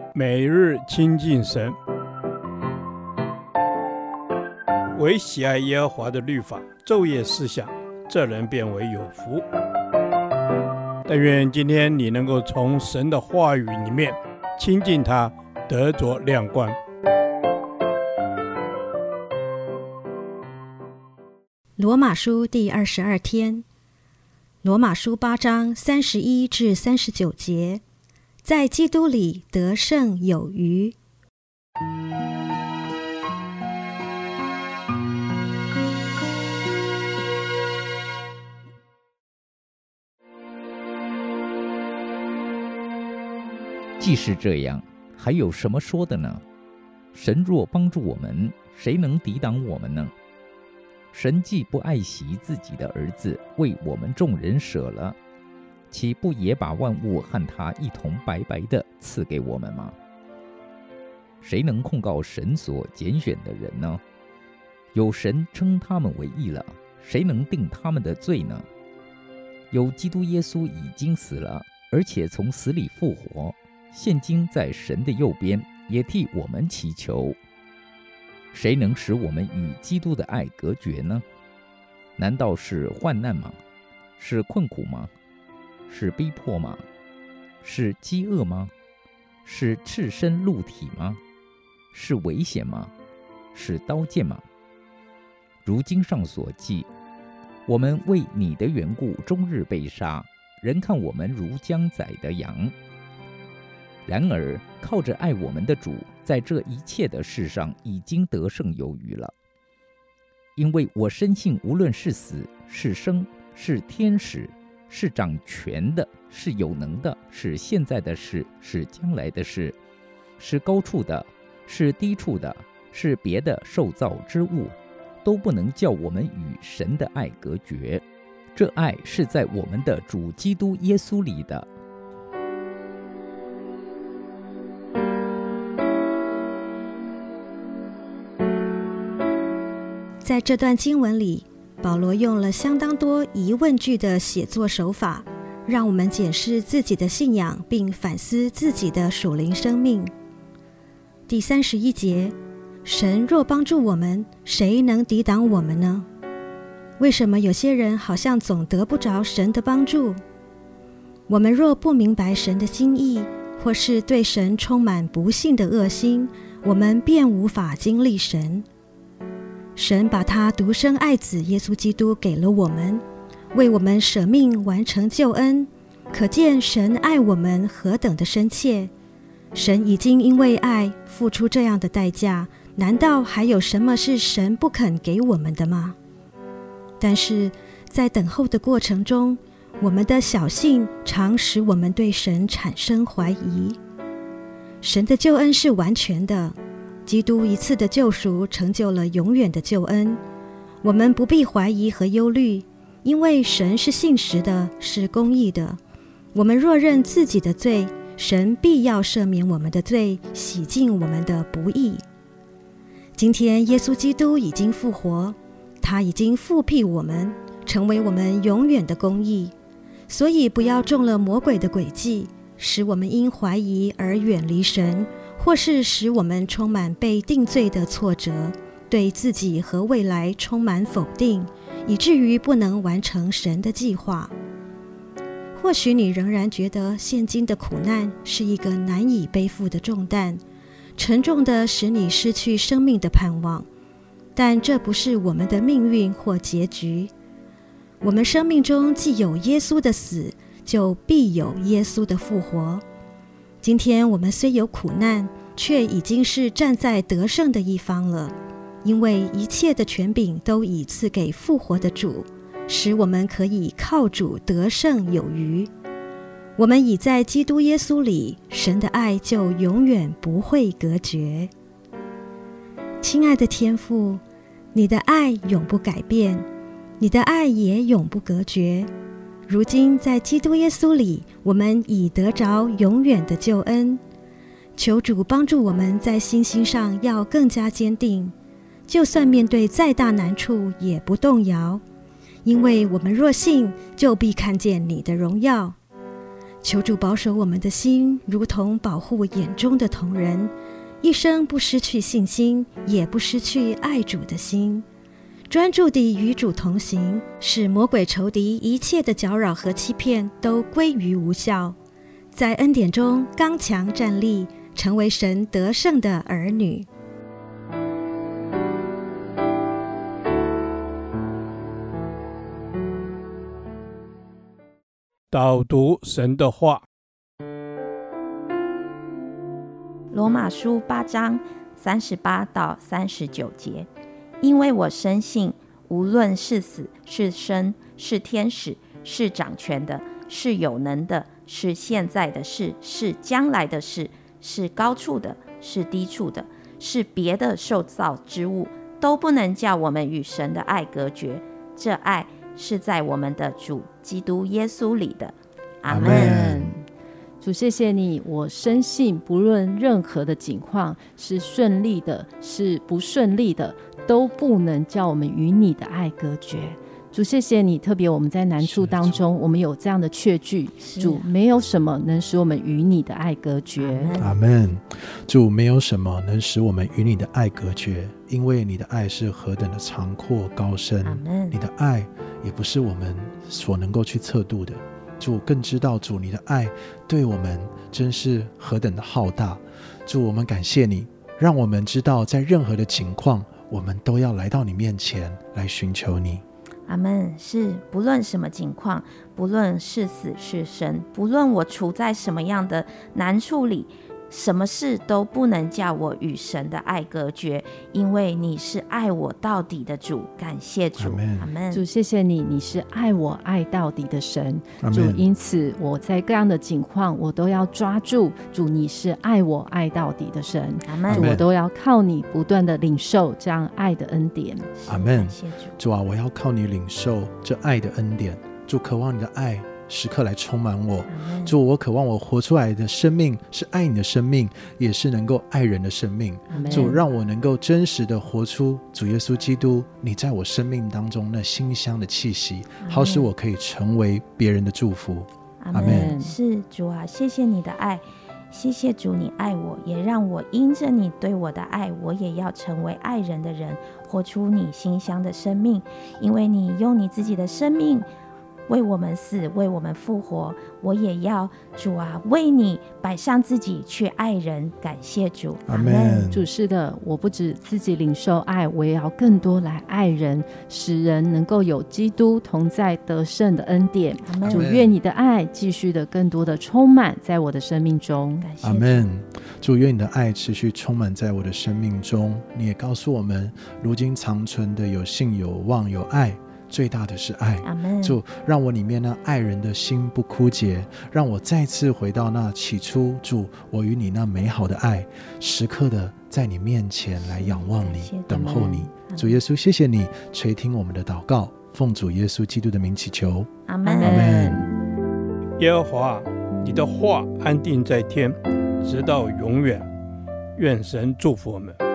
每日亲近神，唯喜爱耶和华的律法，昼夜思想，这人变为有福。但愿今天你能够从神的话语里面亲近他，得着亮光。 罗马书第22天，罗马书8章31至39节，在基督里得胜有余。 既是这样，还有什么说的呢？神若帮助我们，谁能抵挡我们呢？神既不爱惜自己的儿子，为我们众人舍了，岂不也把万物和他一同白白的赐给我们吗？谁能控告神所拣选的人呢？有神称他们为义了，谁能定他们的罪呢？有基督耶稣已经死了，而且从死里复活，现今在神的右边，也替我们祈求。谁能使我们与基督的爱隔绝呢？难道是患难吗？是困苦吗？是逼迫吗？是饥饿吗？是赤身露体吗？是危险吗？是刀剑吗？如经上所记，我们为你的缘故终日被杀，人看我们如将宰的羊。然而靠着爱我们的主，在这一切的事上已经得胜有余了。因为我深信，无论是死是生，是天使，是掌权的，是有能的，是现在的事，是将来的事，是高处的，是低处的，是别的受造之物，都不能叫我们与神的爱隔绝。这爱是在我们的主基督耶稣里的。 在这段经文里，保罗用了相当多疑问句的写作手法，让我们检视自己的信仰，并反思自己的属灵生命。第31节，神若帮助我们，谁能抵挡我们呢？为什么有些人好像总得不着神的帮助？我们若不明白神的心意，或是对神充满不信的恶心，我们便无法经历神。神把他独生爱子耶稣基督给了我们，为我们舍命完成救恩，可见神爱我们何等的深切。神已经因为爱付出这样的代价，难道还有什么是神不肯给我们的吗？但是在等候的过程中，我们的小信常使我们对神产生怀疑。神的救恩是完全的，基督一次的救赎成就了永远的救恩，我们不必怀疑和忧虑，因为神是信实的，是公义的。我们若认自己的罪，神必要赦免我们的罪，洗净我们的不义。今天耶稣基督已经复活，他已经复辟我们，成为我们永远的公义，所以不要中了魔鬼的诡计，使我们因怀疑而远离神，或是使我们充满被定罪的挫折，对自己和未来充满否定，以至于不能完成神的计划。或许你仍然觉得现今的苦难是一个难以背负的重担，沉重的使你失去生命的盼望，但这不是我们的命运或结局。我们生命中既有耶稣的死，就必有耶稣的复活。今天我们虽有苦难，却已经是站在得胜的一方了，因为一切的权柄都已赐给复活的主，使我们可以靠主得胜有余。我们已在基督耶稣里，神的爱就永远不会隔绝。亲爱的天父，你的爱永不改变，你的爱也永不隔绝。如今在基督耶稣里，我们已得着永远的救恩。求主帮助我们在信心上要更加坚定，就算面对再大难处也不动摇，因为我们若信，就必看见你的荣耀。 求主保守我们的心，如同保护眼中的瞳人，一生不失去信心，也不失去爱主的心，专注地与主同行，使魔鬼仇敌一切的搅扰和欺骗都归于无效，在恩典中刚强站立，成为神得胜的儿女。 导读神的话。 罗马书8章38到39节，因为我深信，无论是死是生，是天使，是掌权的，是有能的，是现在的事，是将来的事，是高处的，是低处的，是别的受造之物，都不能叫我们与神的爱隔绝。这爱是在我们的主基督耶稣里的。阿们。 主，谢谢你，我深信不论任何的境况，是顺利的，是不顺利的，都不能叫我们与你的爱隔绝。主，谢谢你，特别我们在难处当中，我们有这样的确据，主，没有什么能使我们与你的爱隔绝。 阿们。主，没有什么能使我们与你的爱隔绝，因为你的爱是何等的长阔高深，你的爱也不是我们所能够去测度的。主，更知道主你的爱对我们真是何等的浩大。主，我们感谢你，让我们知道在任何的情况，我们都要来到你面前来寻求你。 阿们。是不论什么情况，不论是死是生，不论我处在什么样的难处里，什么事都不能叫我与神的爱隔绝，因为你是爱我到底的主。感谢主。阿们。 主，谢谢你，你是爱我爱到底的神。主，因此我在各样的境况，我都要抓住主，你是爱我爱到底的神。 阿们。 主，我都要靠你不断的领受这样爱的恩典。 阿们。 感谢主。 主啊，我要靠你领受这爱的恩典。主，渴望你的爱时刻来充满我。主，我渴望我活出来的生命是爱你的生命，也是能够爱人的生命。主，让我能够真实的活出主耶稣基督你在我生命当中那馨香的气息，好使我可以成为别人的祝福。 阿们。是主啊，谢谢你的爱，谢谢主你爱我，也让我因着你对我的爱，我也要成为爱人的人，活出你馨香的生命。因为你用你自己的生命为我们死，为我们复活，我也要主啊，为你摆上自己去爱人。感谢主。 阿们。 主，是的，我不止自己领受爱，我也要更多来爱人，使人能够有基督同在得胜的恩典。主，愿你的爱继续的更多的充满在我的生命中。 阿们。主，愿你的爱持续充满在我的生命中。你也告诉我们，如今长存的有信有望有爱，最大的是爱。主，让我里面那爱人的心不枯竭，让我再次回到那起初主我与你那美好的爱，时刻的在你面前来仰望你，等候你。主耶稣，谢谢你垂听我们的祷告，奉主耶稣基督的名祈求。 阿们。 耶和华，你的话安定在天，直到永远。愿神祝福我们。